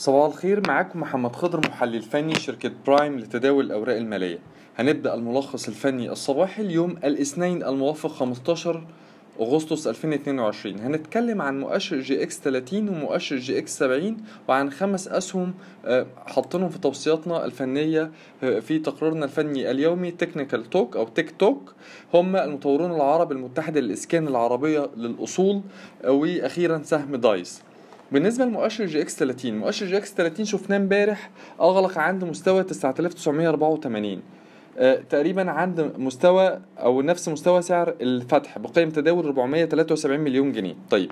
صباح الخير، معاكم محمد خضر، محلل فني شركة برايم لتداول الأوراق المالية. هنبدأ الملخص الفني الصباحي اليوم الاثنين الموافق 15 أغسطس 2022. هنتكلم عن مؤشر جي اكس 30 ومؤشر جي اكس 70 وعن 5 أسهم حاطينهم في توصياتنا الفنية في تقريرنا الفني اليومي. تكنيكال توك أو تيك توك هم المطورون العرب المتحدة للإسكان العربية للأصول، وأخيرا سهم دايس. بالنسبه لمؤشر جي اكس 30، مؤشر جي اكس 30 شفناه امبارح اغلق عند مستوى 9984 تقريبا عند مستوى او نفس مستوى سعر الفتح بقيم تداول 473 مليون جنيه. طيب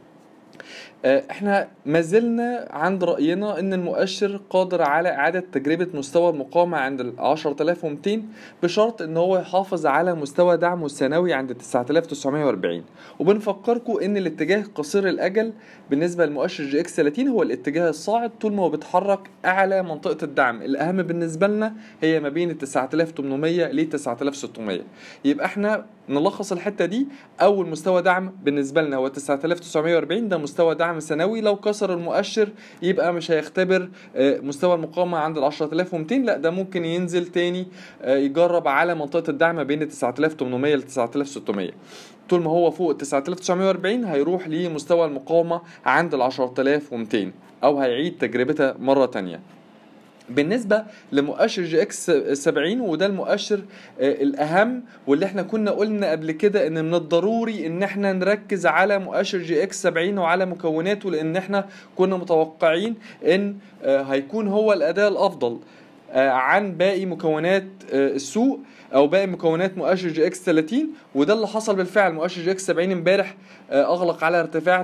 احنا ما زلنا عند رأينا ان المؤشر قادر على اعادة تجربة مستوى المقاومة عند 10200 بشرط ان هو يحافظ على مستوى دعمه السنوي عند 9940. وبنفكركم ان الاتجاه قصير الاجل بالنسبة لمؤشر جي اكس 30 هو الاتجاه الصاعد طول ما هو بيتحرك اعلى منطقة الدعم. الاهم بالنسبة لنا هي ما بين 9800 ل 9600. يبقى احنا نلخص الحتة دي، اول مستوى دعم بالنسبة لنا هو 9940، ده مستوى دعم سنوي. لو كسر المؤشر يبقى مش هيختبر مستوى المقاومة عند 10200، لا ده ممكن ينزل تاني يجرب على منطقة الدعم بين 9800 ل 9600. طول ما هو فوق 9940 هيروح لمستوى المقاومة عند 10200 او هيعيد تجربتها مرة تانية. بالنسبة لمؤشر جي اكس 70 وده المؤشر الأهم، واللي احنا كنا قلنا قبل كده ان من الضروري ان احنا نركز على مؤشر جي اكس 70 وعلى مكوناته، لان احنا كنا متوقعين ان هيكون هو الأداء الأفضل عن باقي مكونات السوق او باقي مكونات مؤشر جي اكس 30. وده اللي حصل بالفعل. مؤشر جي اكس 70 امبارح اغلق على ارتفاع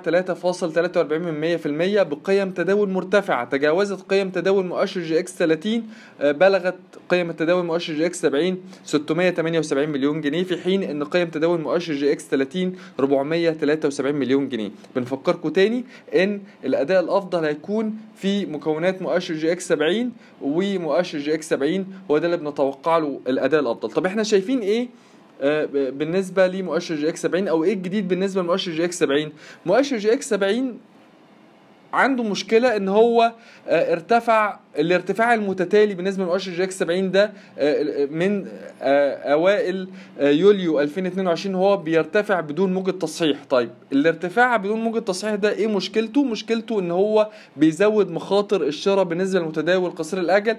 3.43% بقيم تداول مرتفعه تجاوزت قيم تداول مؤشر جي اكس 30. بلغت قيم التداول مؤشر جي اكس 70 678 مليون جنيه، في حين ان قيم تداول مؤشر جي اكس 30 473 مليون جنيه. بنفكركم تاني ان الاداء الافضل هيكون في مكونات مؤشر جي اكس 70 ومؤشر جي اكس 70 هو ده اللي بنتوقع له الاداء الافضل. طب احنا شايفين ايه بالنسبه لمؤشر جي اكس 70، او ايه الجديد بالنسبه لمؤشر جي اكس 70؟ مؤشر جي اكس 70 عنده مشكله ان هو ارتفع الارتفاع المتتالي بالنسبه لمؤشر جي اكس 70 ده من اوائل يوليو 2022 هو بيرتفع بدون موجة تصحيح. طيب الارتفاع بدون موجة تصحيح ده ايه مشكلته؟ مشكلته ان هو بيزود مخاطر الشراء بالنسبه للمتداول قصير الاجل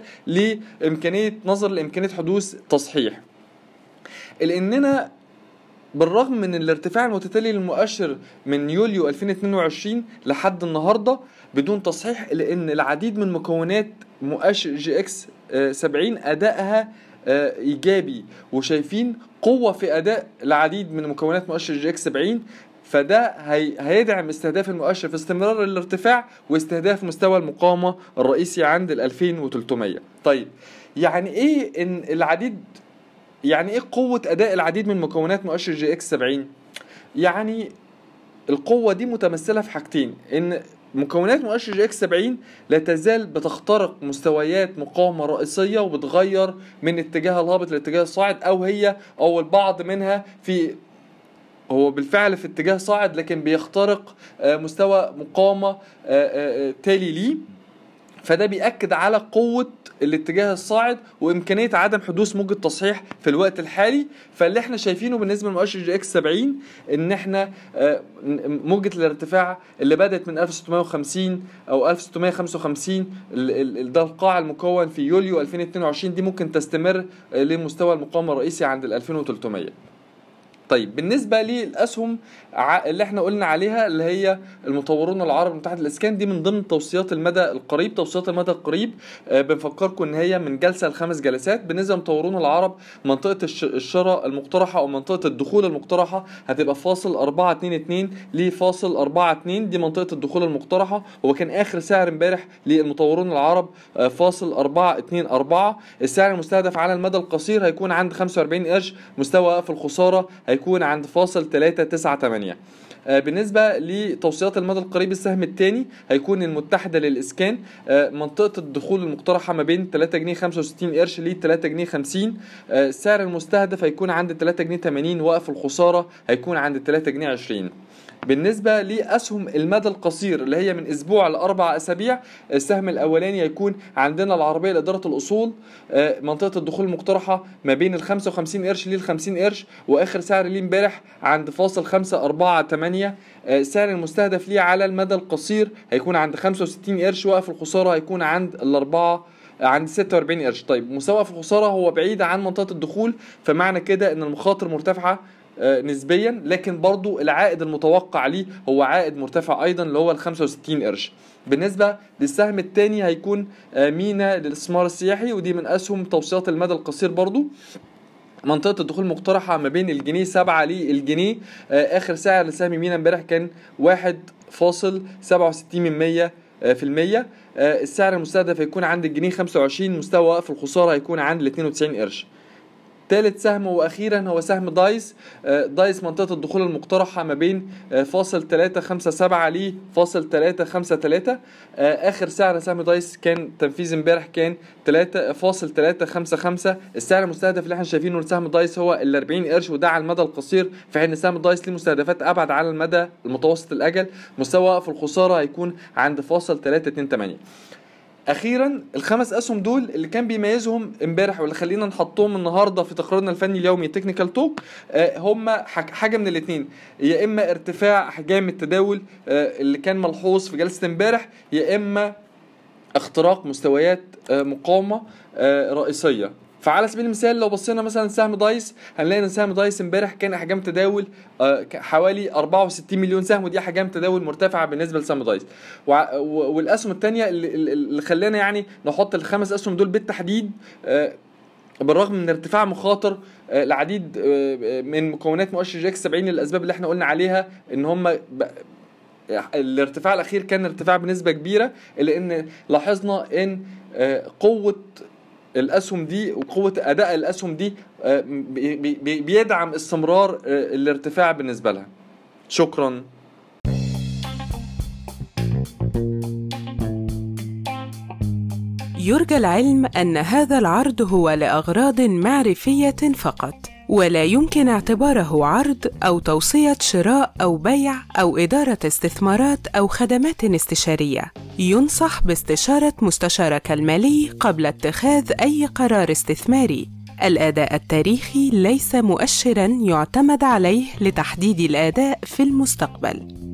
نظرا لامكانيه حدوث تصحيح. لاننا بالرغم من الارتفاع المتتالي للمؤشر من يوليو 2022 لحد النهارده بدون تصحيح، لان العديد من مكونات مؤشر جي اكس 70 ادائها ايجابي، وشايفين قوه في اداء العديد من مكونات مؤشر جي اكس 70. فده هيدعم استهداف المؤشر في استمرار الارتفاع واستهداف مستوى المقاومه الرئيسي عند 2300. طيب يعني ايه ان يعني ايه قوة اداء العديد من مكونات مؤشر جي اكس 70؟ يعني القوة دي متمثلة في حاجتين، ان مكونات مؤشر جي اكس 70 لا تزال بتخترق مستويات مقاومة رئيسية وبتغير من اتجاه الهابط لاتجاه الصاعد، او البعض منها هو بالفعل في اتجاه صاعد لكن بيخترق مستوى مقاومة تالي ليه. فده بيأكد على قوة الاتجاه الصاعد وامكانيه عدم حدوث موجة تصحيح في الوقت الحالي. فاللي احنا شايفينه بالنسبه لمؤشر جي اكس 70 ان احنا موجة الارتفاع اللي بدأت من 1650 او 1655 ده القاع المكون في يوليو 2022 دي ممكن تستمر لمستوى المقاومه الرئيسي عند 2300. طيب بالنسبة للأسهم اللي احنا قلنا عليها اللي هي المطورون العرب المتحدة للإسكان، دي من ضمن توصيات المدى القريب. توصيات المدى القريب بنفكركم ان هي من جلسة ل5 جلسات. بالنسبة لمطورون العرب منطقة الشراء المقترحة او منطقة الدخول المقترحة هتبقى فاصل 422 لفاصل 42، دي منطقة الدخول المقترحة. هو كان اخر سعر امبارح للمطورون العرب فاصل 424. السعر المستهدف على المدى القصير هيكون عند 45 قرش. مستوى وقف الخسارة هيكون عند فاصل 398. بالنسبة لتوصيات المدى القريب السهم الثاني هيكون المتحدة للإسكان، منطقة الدخول المقترحة ما بين 3 جنيه 65 قرش ل 3 جنيه 50. السعر المستهدف هيكون عند 3 جنيه 80، وقف الخسارة هيكون عند 3 جنيه 20. بالنسبة لأسهم المدى القصير اللي هي من أسبوع ل4 أسابيع، السهم الأولاني هيكون عندنا العربية لإدارة الأصول، منطقة الدخول المقترحة ما بين ال55 قرش لل50 قرش، وآخر سعر ليه امبارح عند فاصل 548. سعر المستهدف ليه على المدى القصير هيكون عند 65 قرش، وقف الخسارة هيكون عند 46 قرش. طيب مساواة في الخسارة هو بعيد عن منطقة الدخول، فمعنى كده ان المخاطر مرتفعة نسبيا، لكن برضو العائد المتوقع ليه هو عائد مرتفع ايضا اللي هو ال 65 قرش. بالنسبة للسهم الثاني هيكون مينا للاستثمار السياحي، ودي من اسهم توصيات المدى القصير برضو، منطقة الدخول المقترحة ما بين الجنيه 7 للجنيه. اخر سعر لسهم مينا امبارح كان 1.67%. السعر المستهدف هيكون عند الجنيه 25، مستوى وقف الخسارة هيكون عند 92 قرش. ثالث سهم واخيرا هو سهم دايس. دايس منطقة الدخول المقترحة ما بين فاصل 357 ل فاصل 353. اخر سعر سهم دايس كان تنفيذ امبارح كان 3.355. السعر المستهدف اللي احنا شايفينه لسهم دايس هو ال 40 قرش، وده على المدى القصير، في حين سهم دايس ليه مستهدفات ابعد على المدى المتوسط الاجل. مستوى وقف الخسارة هيكون عند فاصل 328. اخيرا الخمس اسهم دول اللي كان بيميزهم امبارح واللي خلينا نحطهم النهارده في تقريرنا الفني اليومي تكنيكال توك، هم حاجه من الاثنين، يا اما ارتفاع احجام التداول اللي كان ملحوظ في جلسه امبارح، يا اما اختراق مستويات مقاومه رئيسيه. فعلى سبيل المثال لو بصينا مثلا سهم دايس، هنلاقي ان سهم دايس امبارح كان احجام تداول حوالي 64 مليون سهم، ودي احجام تداول مرتفعه بالنسبه لسهم دايس. والاسهم الثانيه اللي خلانا يعني نحط الخمس اسهم دول بالتحديد، بالرغم من ارتفاع مخاطر العديد من مكونات مؤشر جي اكس 70 للاسباب اللي احنا قلنا عليها، ان هم الارتفاع الاخير كان ارتفاع بنسبه كبيره، الا ان لاحظنا ان قوه الاسهم دي وقوه اداء الاسهم دي بيدعم استمرار الارتفاع بالنسبه لها. شكرا. يرجى العلم أن هذا العرض هو لأغراض معرفية فقط، ولا يمكن اعتباره عرض أو توصية شراء أو بيع أو إدارة استثمارات أو خدمات استشارية. ينصح باستشارة مستشارك المالي قبل اتخاذ أي قرار استثماري. الأداء التاريخي ليس مؤشراً يعتمد عليه لتحديد الأداء في المستقبل.